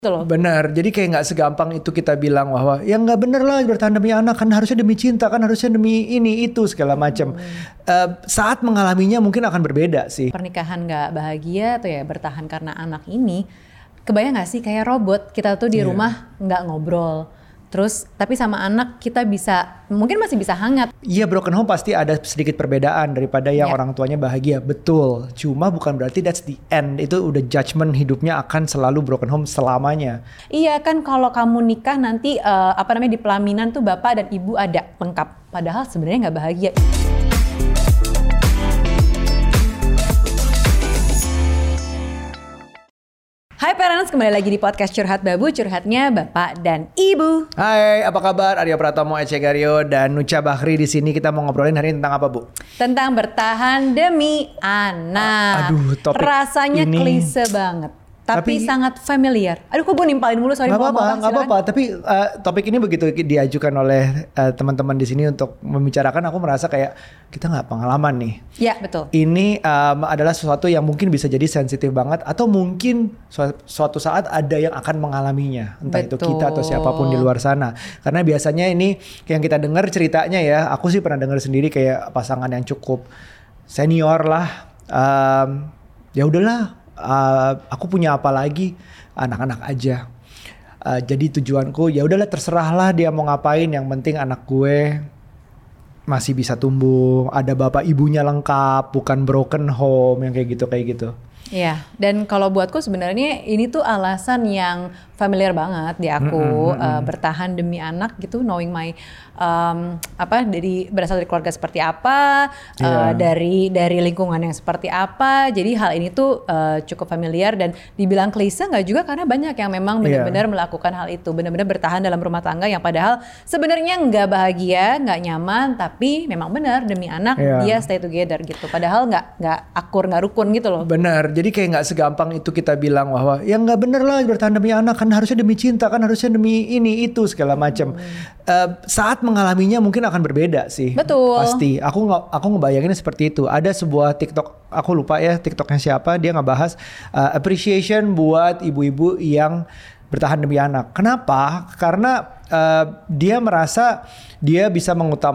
Gitu loh. Benar, jadi kayak nggak segampang itu kita bilang bahwa ya nggak bener lah bertahan demi anak, kan harusnya demi cinta, kan harusnya demi ini itu segala macam. Saat mengalaminya mungkin akan berbeda sih. Pernikahan nggak bahagia atau ya bertahan karena anak ini, kebayang nggak sih kayak robot kita tuh di rumah nggak ngobrol. Terus tapi sama anak kita bisa, mungkin masih bisa hangat. Iya, broken home pasti ada sedikit perbedaan daripada yang orang tuanya bahagia, betul. Cuma bukan berarti that's the end, itu udah judgement hidupnya akan selalu broken home selamanya. Iya kan, kalau kamu nikah nanti di pelaminan tuh bapak dan ibu ada lengkap. Padahal sebenarnya nggak bahagia. Hai parents, kembali lagi di podcast Curhat Babu, curhatnya Bapak dan Ibu. Hai, apa kabar? Arya Pratomo, Ece Garyo, dan Nucha Bahri di sini. Kita mau ngobrolin hari ini tentang apa, Bu? Tentang bertahan demi anak. Aduh, topik rasanya ini klise banget. Tapi sangat familiar. Aduh, kok gue nimpalin mulu, sorry. Gak apa-apa. Tapi topik ini begitu diajukan oleh teman-teman di sini untuk membicarakan, aku merasa kayak kita nggak pengalaman nih. Ya, betul. Ini adalah sesuatu yang mungkin bisa jadi sensitif banget, atau mungkin suatu saat ada yang akan mengalaminya, entah itu kita atau siapapun di luar sana. Karena biasanya ini yang kita dengar ceritanya ya, aku sih pernah dengar sendiri kayak pasangan yang cukup senior lah. Ya udahlah. Aku punya apa lagi, anak-anak aja. Jadi tujuanku ya udahlah, terserahlah dia mau ngapain, yang penting anak gue masih bisa tumbuh, ada bapak ibunya lengkap, bukan broken home yang kayak gitu. Iya, dan kalau buatku sebenarnya ini tuh alasan yang familiar banget di aku, bertahan demi anak gitu, knowing my berasal dari keluarga seperti apa, dari lingkungan yang seperti apa. Jadi hal ini tuh cukup familiar, dan dibilang klise nggak juga, karena banyak yang memang benar-benar melakukan hal itu, benar-benar bertahan dalam rumah tangga yang padahal sebenarnya nggak bahagia, nggak nyaman, tapi memang benar demi anak dia stay together gitu. Padahal nggak akur, nggak rukun gitu loh. Benar, jadi kayak nggak segampang itu kita bilang bahwa ya nggak bener lah bertahan demi anak, kan harusnya demi cinta, kan harusnya demi ini itu segala macam. Saat mengalaminya mungkin akan berbeda sih. Betul. Pasti. Aku ngebayanginnya seperti itu. Ada sebuah TikTok, aku lupa ya TikToknya siapa, dia ngebahas appreciation buat ibu-ibu yang bertahan demi anak. Kenapa? Karena dia merasa dia bisa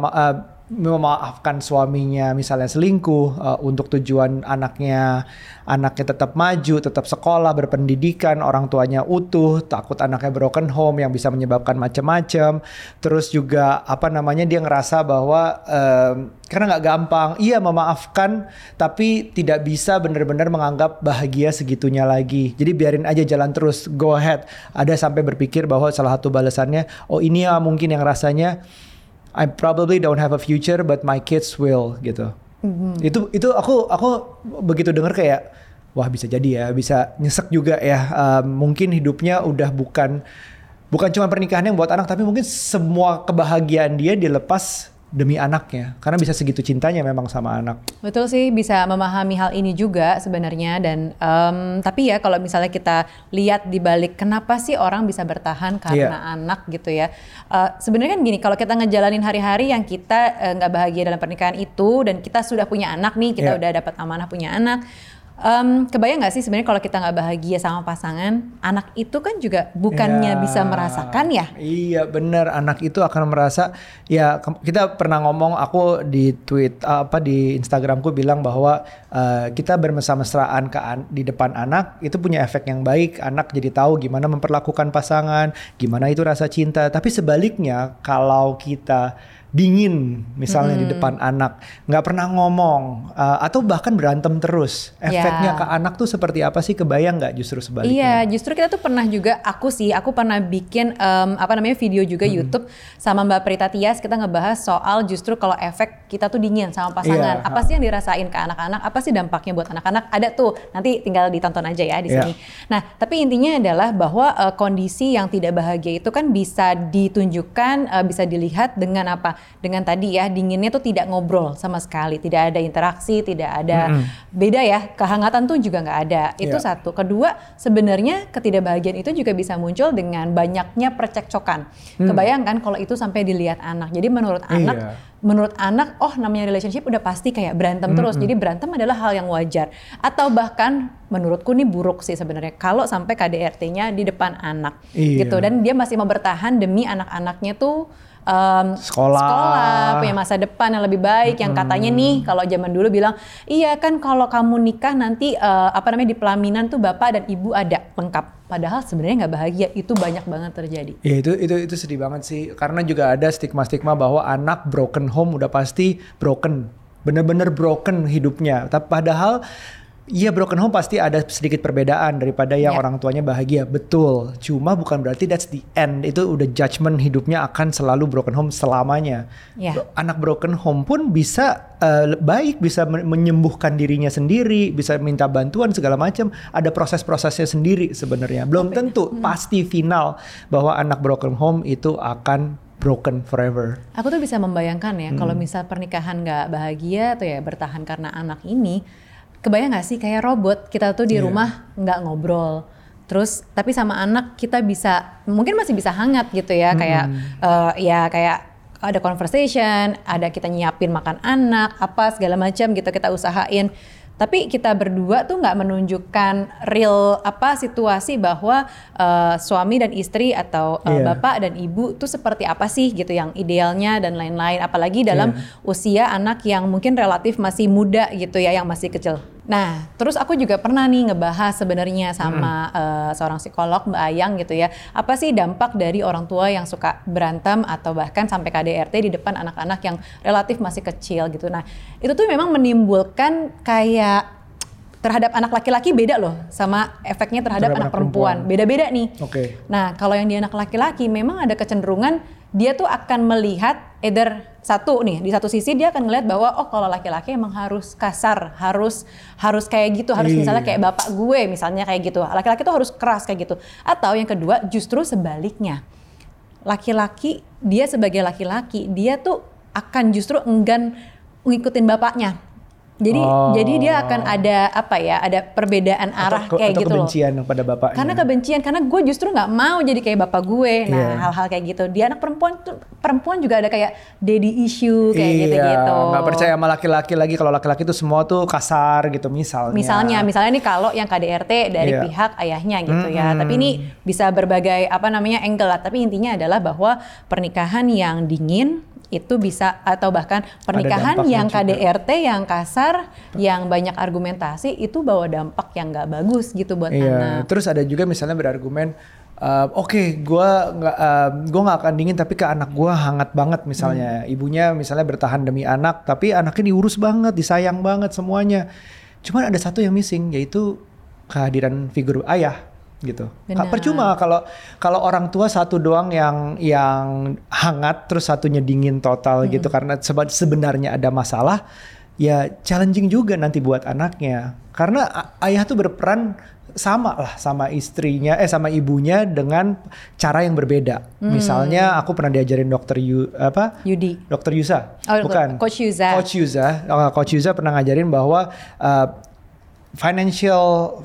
memaafkan suaminya misalnya selingkuh untuk tujuan anaknya tetap maju, tetap sekolah, berpendidikan, orang tuanya utuh, takut anaknya broken home yang bisa menyebabkan macam-macam. Terus juga dia ngerasa bahwa karena nggak gampang, iya memaafkan, tapi tidak bisa benar-benar menganggap bahagia segitunya lagi. Jadi biarin aja jalan terus, go ahead. Ada sampai berpikir bahwa salah satu balasannya, oh ini ya mungkin yang rasanya I probably don't have a future but my kids will gitu. Itu aku begitu dengar kayak wah, bisa jadi ya, bisa nyesek juga ya. Mungkin hidupnya udah bukan cuma pernikahan yang buat anak, tapi mungkin semua kebahagiaan dia dilepas demi anaknya, karena bisa segitu cintanya memang sama anak. Betul sih, bisa memahami hal ini juga sebenarnya, dan tapi ya kalau misalnya kita lihat di balik kenapa sih orang bisa bertahan karena anak gitu ya. Sebenarnya kan gini, kalau kita ngejalanin hari-hari yang kita nggak bahagia dalam pernikahan itu, dan kita sudah punya anak nih, kita udah dapat amanah punya anak. Kebayang gak sih sebenarnya kalau kita nggak bahagia sama pasangan, anak itu kan juga bukannya bisa merasakan ya? Iya bener, anak itu akan merasa ya. Kita pernah ngomong, aku di tweet di Instagramku bilang bahwa kita bermesra-mesraan di depan anak itu punya efek yang baik. Anak jadi tahu gimana memperlakukan pasangan, gimana itu rasa cinta. Tapi sebaliknya kalau kita dingin misalnya di depan anak, nggak pernah ngomong, atau bahkan berantem terus, efeknya ke anak tuh seperti apa sih? Kebayang nggak justru sebaliknya? Iya, justru kita tuh pernah juga, aku pernah bikin video juga YouTube sama Mbak Prita Tias. Kita ngebahas soal justru kalau efek kita tuh dingin sama pasangan, apa sih yang dirasain ke anak-anak, apa sih dampaknya buat anak-anak. Ada tuh, nanti tinggal ditonton aja ya di sini. Nah, tapi intinya adalah bahwa kondisi yang tidak bahagia itu kan bisa ditunjukkan, bisa dilihat dengan apa? dengan tadi ya dinginnya tuh tidak ngobrol sama sekali, tidak ada interaksi, tidak ada beda ya, kehangatan tuh juga nggak ada. Itu satu. Kedua, sebenarnya ketidakbahagiaan itu juga bisa muncul dengan banyaknya percekcokan. Kebayangkan kalau itu sampai dilihat anak. Jadi menurut anak, oh namanya relationship udah pasti kayak berantem terus. Jadi berantem adalah hal yang wajar. Atau bahkan menurutku nih buruk sih sebenarnya kalau sampai KDRT-nya di depan anak gitu. Dan dia masih mau bertahan demi anak-anaknya tuh sekolah, punya masa depan yang lebih baik. Yang katanya nih kalau zaman dulu bilang, iya kan kalau kamu nikah nanti di pelaminan tuh bapak dan ibu ada lengkap. Padahal sebenarnya nggak bahagia, itu banyak banget terjadi. Ya itu sedih banget sih, karena juga ada stigma-stigma bahwa anak broken home udah pasti broken, bener-bener broken hidupnya. Tapi padahal iya, broken home pasti ada sedikit perbedaan daripada yang orang tuanya bahagia, betul. Cuma bukan berarti that's the end. Itu udah judgement hidupnya akan selalu broken home selamanya. Anak broken home pun bisa baik, bisa menyembuhkan dirinya sendiri, bisa minta bantuan segala macam. Ada proses-prosesnya sendiri sebenarnya. Belum tentu pasti final bahwa anak broken home itu akan broken forever. Aku tuh bisa membayangkan ya, kalau misal pernikahan nggak bahagia tuh ya bertahan karena anak ini. Kebayang gak sih kayak robot, kita tuh di rumah nggak ngobrol. Terus tapi sama anak kita bisa, mungkin masih bisa hangat gitu ya. Kayak kayak ada conversation, ada kita nyiapin makan anak, apa segala macam gitu kita usahain. Tapi kita berdua tuh nggak menunjukkan real situasi bahwa suami dan istri atau bapak dan ibu tuh seperti apa sih gitu yang idealnya dan lain-lain. Apalagi dalam usia anak yang mungkin relatif masih muda gitu ya, yang masih kecil. Nah, terus aku juga pernah nih ngebahas sebenarnya sama seorang psikolog, Mbak Ayang gitu ya. Apa sih dampak dari orang tua yang suka berantem atau bahkan sampai KDRT di depan anak-anak yang relatif masih kecil gitu. Nah, itu tuh memang menimbulkan kayak terhadap anak laki-laki beda loh sama efeknya terhadap anak perempuan. Beda-beda nih. Nah, kalau yang di anak laki-laki memang ada kecenderungan dia tuh akan melihat di satu sisi dia akan ngelihat bahwa kalau laki-laki emang harus kasar, harus kayak gitu, harus misalnya kayak bapak gue misalnya kayak gitu. Laki-laki tuh harus keras kayak gitu. Atau yang kedua justru sebaliknya. Laki-laki, dia sebagai laki-laki, dia tuh akan justru enggan ngikutin bapaknya. Jadi dia akan ada ada perbedaan arah kayak gitu loh. Atau kebencian pada bapaknya. Karena kebencian, karena gue justru nggak mau jadi kayak bapak gue. Nah hal-hal kayak gitu. Di anak perempuan juga ada kayak daddy issue kayak gitu-gitu. Nggak percaya sama laki-laki lagi, kalau laki-laki tuh semua tuh kasar gitu misalnya. Misalnya nih kalau yang KDRT dari pihak ayahnya gitu ya. Tapi ini bisa berbagai angle lah. Tapi intinya adalah bahwa pernikahan yang dingin itu bisa, atau bahkan pernikahan yang KDRT yang kasar, yang banyak argumentasi, itu bawa dampak yang nggak bagus gitu buat anak. Terus ada juga misalnya berargumen, gue nggak akan dingin tapi ke anak gue hangat banget misalnya. Ibunya misalnya bertahan demi anak, tapi anaknya diurus banget, disayang banget semuanya. Cuman ada satu yang missing, yaitu kehadiran figur ayah. Gitu. Percuma kalau orang tua satu doang yang hangat, terus satunya dingin total gitu, karena sebenarnya ada masalah, ya challenging juga nanti buat anaknya. Karena ayah tuh berperan sama istrinya, sama ibunya dengan cara yang berbeda. Misalnya aku pernah diajarin Yudi. Dokter Yusa. Bukan. Coach Yusa. Coach Yusa pernah ngajarin bahwa financial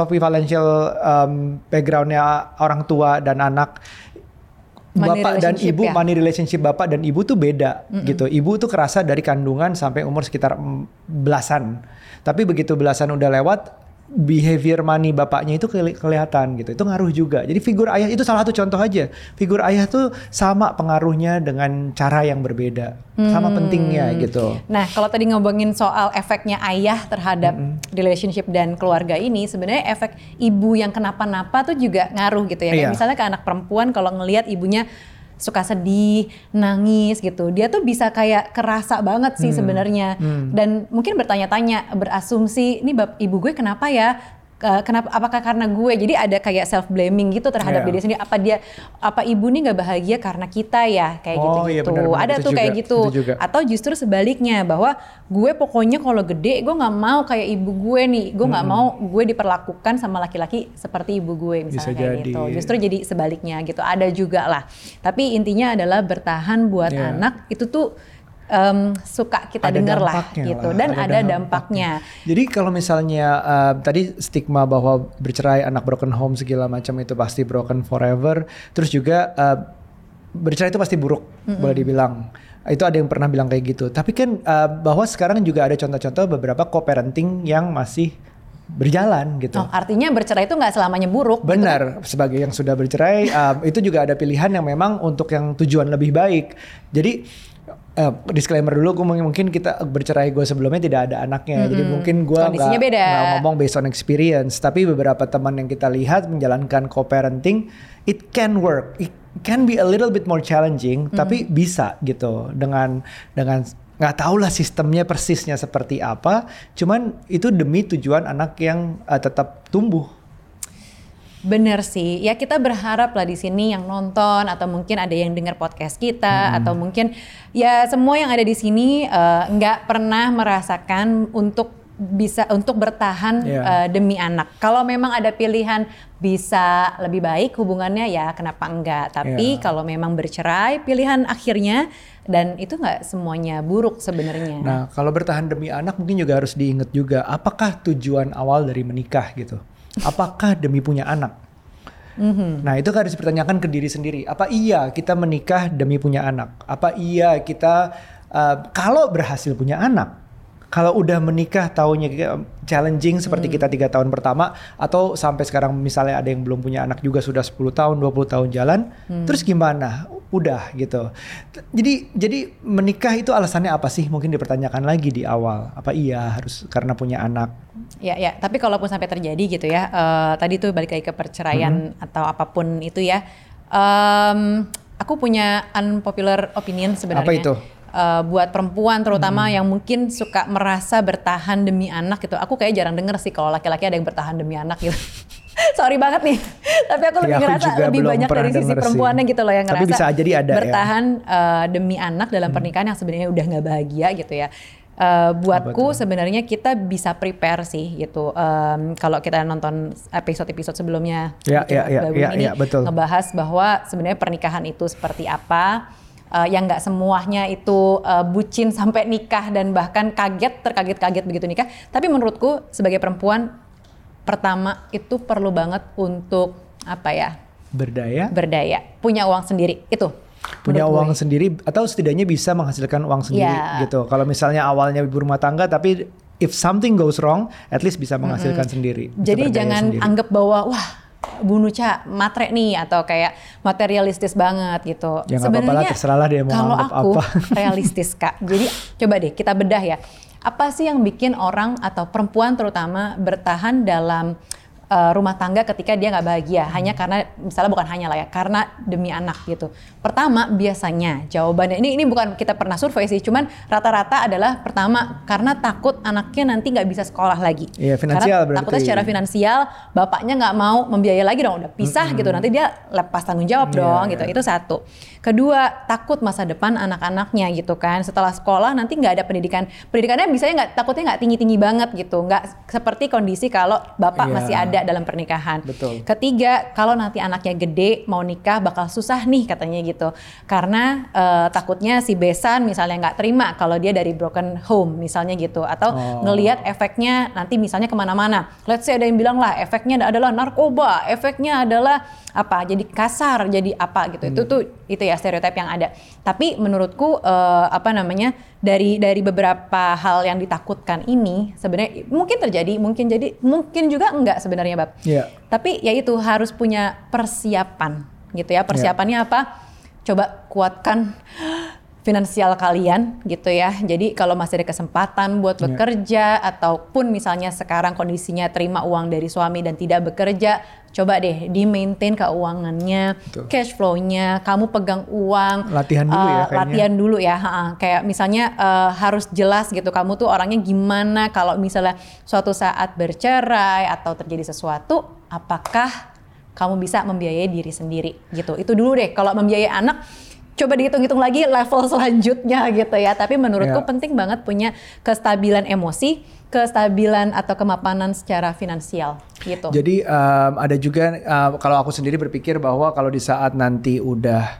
backgroundnya orang tua dan anak, bapak dan ibu, money relationship bapak dan ibu tuh beda gitu. Ibu tuh kerasa dari kandungan sampai umur sekitar belasan. Tapi begitu belasan udah lewat, behavior money bapaknya itu kelihatan gitu. Itu ngaruh juga. Jadi figur ayah itu salah satu contoh aja. Figur ayah tuh sama pengaruhnya dengan cara yang berbeda. Sama pentingnya gitu. Nah, kalau tadi ngomongin soal efeknya ayah terhadap relationship dan keluarga ini, sebenarnya efek ibu yang kenapa-napa tuh juga ngaruh gitu ya. Kayak misalnya ke anak perempuan, kalau ngelihat ibunya suka sedih, nangis gitu, dia tuh bisa kayak kerasa banget sih sebenarnya. Dan mungkin bertanya-tanya, berasumsi, ini ibu gue kenapa ya kenapa, apakah karena gue, jadi ada kayak self blaming gitu terhadap diri sendiri, apa ibu nih nggak bahagia karena kita ya, kayak gitu-gitu. Ada tuh kayak gitu, atau justru sebaliknya, bahwa gue pokoknya kalau gede gue nggak mau kayak ibu gue nih, gue nggak mau gue diperlakukan sama laki-laki seperti ibu gue misalnya. Bisa kayak gitu, justru jadi sebaliknya gitu, ada juga lah. Tapi intinya adalah bertahan buat anak itu tuh suka kita dengar lah gitu, dan ada dampaknya. Jadi kalau misalnya tadi stigma bahwa bercerai, anak broken home segala macam itu pasti broken forever, terus juga bercerai itu pasti buruk, boleh dibilang. Itu ada yang pernah bilang kayak gitu. Tapi kan bahwa sekarang juga ada contoh-contoh beberapa co-parenting yang masih berjalan gitu. Artinya bercerai itu nggak selamanya buruk. Benar, gitu. Sebagai yang sudah bercerai itu juga ada pilihan yang memang untuk yang tujuan lebih baik. Jadi disclaimer dulu, gue mungkin kita bercerai gue sebelumnya tidak ada anaknya, jadi mungkin gue nggak ngomong based on experience, tapi beberapa teman yang kita lihat menjalankan co-parenting, it can work, it can be a little bit more challenging, tapi bisa gitu dengan nggak tahu lah sistemnya persisnya seperti apa, cuman itu demi tujuan anak yang tetap tumbuh. Bener sih, ya kita berharap lah di sini yang nonton atau mungkin ada yang dengar podcast kita atau mungkin ya semua yang ada di sini nggak pernah merasakan untuk bertahan demi anak. Kalau memang ada pilihan bisa lebih baik hubungannya, ya kenapa enggak. Tapi kalau memang bercerai pilihan akhirnya, dan itu nggak semuanya buruk sebenarnya. Nah kalau bertahan demi anak mungkin juga harus diingat juga, apakah tujuan awal dari menikah gitu? Apakah demi punya anak? Nah itu harus dipertanyakan ke diri sendiri. Apa iya kita menikah demi punya anak? Apa iya kita kalau berhasil punya anak, kalau udah menikah taunya challenging seperti kita 3 tahun pertama, atau sampai sekarang misalnya ada yang belum punya anak juga sudah 10 tahun, 20 tahun jalan, terus gimana? Udah gitu. Jadi menikah itu alasannya apa sih? Mungkin dipertanyakan lagi di awal. Apa iya harus karena punya anak? Ya, tapi kalaupun sampai terjadi gitu ya, tadi tuh balik lagi ke perceraian atau apapun itu ya, aku punya unpopular opinion sebenarnya. Apa itu? Buat perempuan terutama yang mungkin suka merasa bertahan demi anak gitu. Aku kayak jarang denger sih kalau laki-laki ada yang bertahan demi anak gitu. Sorry banget nih, tapi aku lebih ngerasa lebih banyak dari sisi perempuannya gitu loh yang ngerasa bisa jadi ada bertahan demi anak dalam pernikahan yang sebenarnya udah nggak bahagia gitu ya. Buatku sebenarnya kita bisa prepare sih gitu. Kalau kita nonton episode sebelumnya, betul. Ngebahas bahwa sebenarnya pernikahan itu seperti apa. Yang nggak semuanya itu bucin sampai nikah dan bahkan terkaget-kaget begitu nikah. Tapi menurutku sebagai perempuan, pertama itu perlu banget untuk apa ya? Berdaya, punya uang sendiri itu. Punya uang sendiri atau setidaknya bisa menghasilkan uang sendiri gitu. Kalau misalnya awalnya ibu rumah tangga tapi if something goes wrong, at least bisa menghasilkan sendiri. Jadi jangan anggap bahwa wah Bu Nucha matre nih atau kayak materialistis banget gitu. Ya sebenarnya terserahlah dia mau kalau anggap aku apa. realistis Kak. Jadi coba deh kita bedah ya. Apa sih yang bikin orang atau perempuan terutama bertahan dalam rumah tangga ketika dia nggak bahagia? Hanya karena, misalnya bukan hanya lah ya, karena demi anak gitu. Pertama biasanya jawabannya, ini bukan kita pernah survei sih, cuman rata-rata adalah pertama karena takut anaknya nanti nggak bisa sekolah lagi. Iya, finansial berarti. Takutnya secara finansial bapaknya nggak mau membiayai lagi dong, udah pisah gitu, nanti dia lepas tanggung jawab dong gitu. Itu satu. Kedua, takut masa depan anak-anaknya gitu kan. Setelah sekolah nanti nggak ada pendidikannya biasanya takutnya nggak tinggi-tinggi banget gitu, nggak seperti kondisi kalau bapak masih ada dalam pernikahan. Betul. Ketiga, kalau nanti anaknya gede mau nikah bakal susah nih katanya gitu, karena takutnya si besan misalnya nggak terima kalau dia dari broken home misalnya gitu, atau ngelihat efeknya nanti misalnya kemana-mana. Let's say ada yang bilang lah efeknya adalah narkoba, efeknya adalah apa, jadi kasar, jadi apa gitu. Itu ya stereotip yang ada. Tapi menurutku dari beberapa hal yang ditakutkan ini sebenarnya mungkin terjadi, mungkin juga enggak sebenarnya Bab. Yeah. Tapi ya itu harus punya persiapan gitu ya. Persiapannya apa? Coba kuatkan finansial kalian gitu ya. Jadi kalau masih ada kesempatan buat bekerja ataupun misalnya sekarang kondisinya terima uang dari suami dan tidak bekerja, coba deh di-maintain keuangannya, cash flow-nya, kamu pegang uang. Latihan dulu ya kayaknya. Latihan dulu ya, kayak misalnya harus jelas gitu, kamu tuh orangnya gimana kalau misalnya suatu saat bercerai atau terjadi sesuatu, apakah kamu bisa membiayai diri sendiri gitu. Itu dulu deh, kalau membiayai anak, coba dihitung-hitung lagi level selanjutnya gitu ya. Tapi menurutku penting banget punya kestabilan emosi, kestabilan atau kemapanan secara finansial gitu. Jadi ada juga kalau aku sendiri berpikir bahwa kalau di saat nanti udah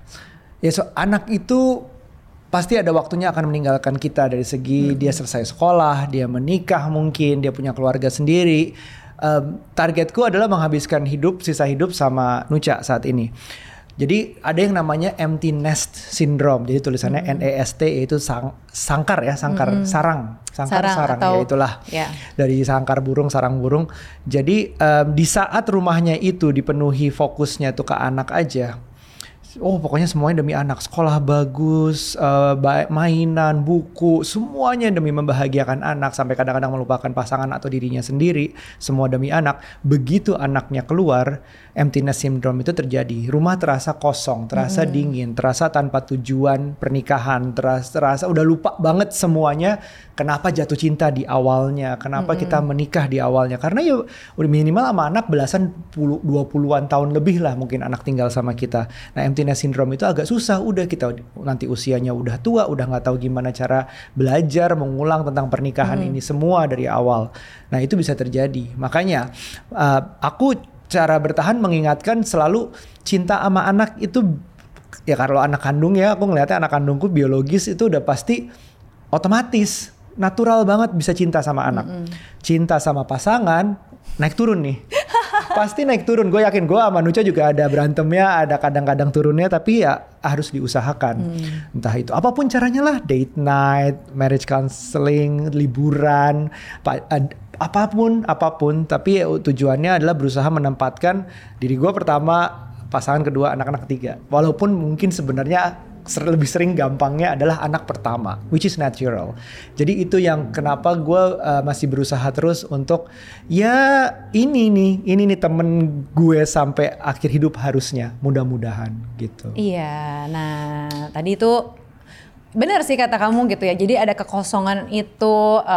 anak itu pasti ada waktunya akan meninggalkan kita dari segi dia selesai sekolah, dia menikah mungkin, dia punya keluarga sendiri. Targetku adalah menghabiskan sisa hidup sama Nucha saat ini. Jadi ada yang namanya empty nest syndrome. Jadi tulisannya NEST, yaitu sangkar ya, sarang atau, ya itulah dari sangkar burung, sarang burung. Jadi di saat rumahnya itu dipenuhi fokusnya tuh ke anak aja. Pokoknya semuanya demi anak, sekolah bagus, mainan, buku, semuanya demi membahagiakan anak, sampai kadang-kadang melupakan pasangan atau dirinya sendiri, semua demi anak. Begitu anaknya keluar, emptiness syndrome itu terjadi. Rumah terasa kosong, terasa dingin, terasa tanpa tujuan pernikahan, terasa udah lupa banget semuanya. Kenapa jatuh cinta di awalnya, kenapa kita menikah di awalnya. Karena ya udah minimal sama anak belasan 20-an tahun lebih lah mungkin anak tinggal sama kita. Nah emptiness syndrome itu agak susah, udah kita nanti usianya udah tua, udah gak tahu gimana cara belajar mengulang tentang pernikahan ini semua dari awal. Nah itu bisa terjadi. Makanya aku cara bertahan mengingatkan selalu cinta sama anak itu, ya kalau anak kandung ya, aku ngeliatnya anak kandungku biologis itu udah pasti otomatis natural banget bisa cinta sama anak. Cinta sama pasangan naik turun nih. Pasti naik turun. Gue yakin gue sama Nucha juga ada berantemnya, ada kadang-kadang turunnya, tapi ya harus diusahakan. Entah itu apapun caranya lah, date night, marriage counseling, liburan, apapun. Tapi tujuannya adalah berusaha menempatkan diri gue pertama, pasangan kedua, anak-anak ketiga. Walaupun mungkin sebenarnya lebih sering gampangnya adalah anak pertama, which is natural. Jadi itu yang kenapa gue masih berusaha terus untuk ya ini nih temen gue sampai akhir hidup harusnya, mudah-mudahan gitu. Iya, nah tadi itu benar sih kata kamu gitu ya. Jadi ada kekosongan itu.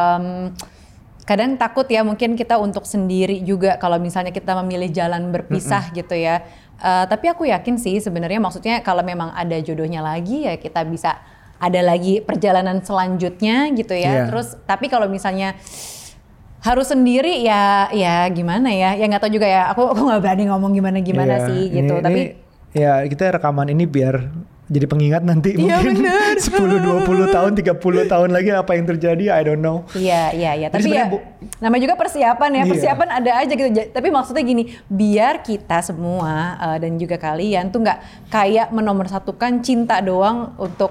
Kadang takut ya mungkin kita untuk sendiri juga kalau misalnya kita memilih jalan berpisah gitu ya. Tapi aku yakin sih sebenarnya, maksudnya kalau memang ada jodohnya lagi ya kita bisa ada lagi perjalanan selanjutnya gitu ya. Terus tapi kalau misalnya harus sendiri ya gimana ya nggak tahu juga ya. Aku nggak berani ngomong gimana sih gitu. Tapi ya kita rekaman ini biar jadi pengingat nanti mungkin 10, 20 tahun, 30 tahun lagi apa yang terjadi, I don't know. Iya. Tapi ya namanya juga persiapan ya, persiapan ada aja gitu. Tapi maksudnya gini, biar kita semua dan juga kalian tuh nggak kayak menomorsatukan cinta doang untuk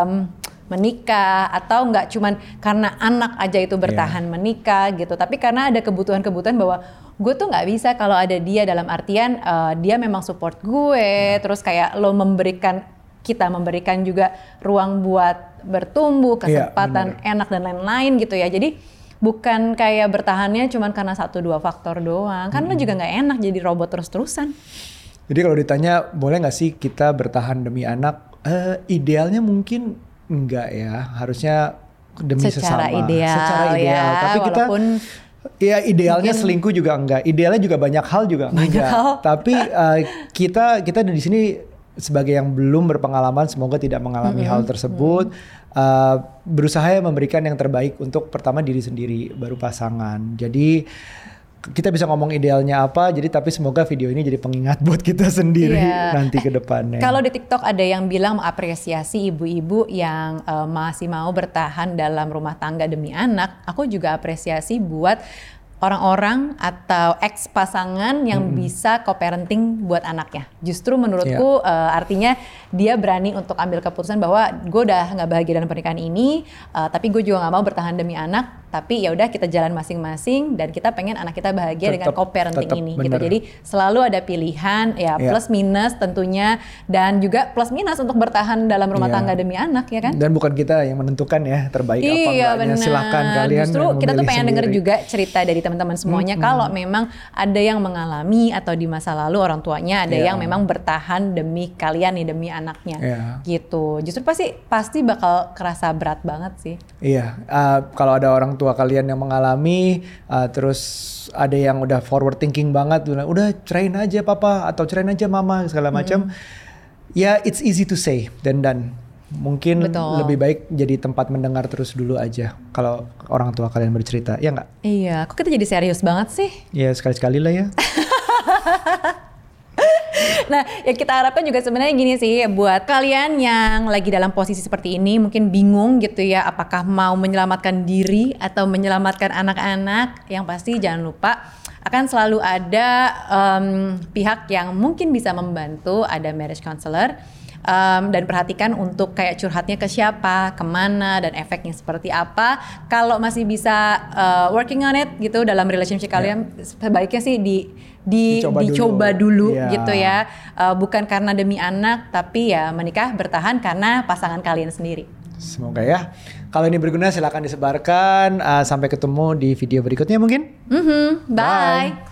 menikah, atau nggak cuman karena anak aja itu bertahan menikah gitu. Tapi karena ada kebutuhan-kebutuhan bahwa gue tuh nggak bisa kalau ada dia, dalam artian dia memang support gue, terus kayak kita memberikan juga ruang buat bertumbuh, kesempatan enak dan lain-lain gitu ya. Jadi bukan kayak bertahannya cuman karena 1-2 faktor doang. Kan lo juga gak enak jadi robot terus-terusan. Jadi kalau ditanya boleh gak sih kita bertahan demi anak? Idealnya mungkin enggak ya. Harusnya demi secara sesama. ideal ya. Tapi kita ya idealnya mungkin, selingkuh juga enggak. Idealnya juga banyak hal juga enggak. Tapi kita di sini sebagai yang belum berpengalaman, semoga tidak mengalami hal tersebut, berusaha memberikan yang terbaik untuk pertama diri sendiri, baru pasangan. Jadi kita bisa ngomong idealnya apa, tapi semoga video ini jadi pengingat buat kita sendiri nanti ke depannya. Kalau di TikTok ada yang bilang mengapresiasi ibu-ibu yang masih mau bertahan dalam rumah tangga demi anak. Aku juga apresiasi buat orang-orang atau ex pasangan yang bisa co-parenting buat anaknya. Justru menurutku artinya dia berani untuk ambil keputusan bahwa gue udah gak bahagia dalam pernikahan ini, tapi gue juga gak mau bertahan demi anak. tapi ya udah kita jalan masing-masing dan kita pengen anak kita bahagia dengan co-parenting ini bener. gitu. Jadi selalu ada pilihan ya plus minus tentunya, dan juga plus minus untuk bertahan dalam rumah tangga demi anak ya kan. Dan bukan kita yang menentukan ya terbaik apa enggaknya. Silakan kalian. Justru kita tuh pengen denger juga cerita dari teman-teman semuanya kalau memang ada yang mengalami atau di masa lalu orang tuanya ada yang memang bertahan demi kalian nih, demi anaknya gitu. Justru pasti bakal kerasa berat banget sih. Iya, kalau ada orang tua kalian yang mengalami, terus ada yang udah forward thinking banget, udah cerain aja papa atau cerain aja mama segala macam. Ya, it's easy to say dan mungkin lebih baik jadi tempat mendengar terus dulu aja kalau orang tua kalian bercerita, ya nggak? Iya, kok kita jadi serius banget sih? Ya sekali-sekali lah ya. Nah, yang kita harapkan juga sebenarnya gini sih, buat kalian yang lagi dalam posisi seperti ini, mungkin bingung gitu ya, apakah mau menyelamatkan diri atau menyelamatkan anak-anak, yang pasti jangan lupa akan selalu ada pihak yang mungkin bisa membantu, ada marriage counselor. Dan perhatikan untuk kayak curhatnya ke siapa, kemana, dan efeknya seperti apa. Kalau masih bisa working on it gitu dalam relationship kalian, sebaiknya sih dicoba dulu gitu ya. Bukan karena demi anak, tapi ya menikah bertahan karena pasangan kalian sendiri. Semoga ya. Kalau ini berguna silakan disebarkan. Sampai ketemu di video berikutnya mungkin. Bye.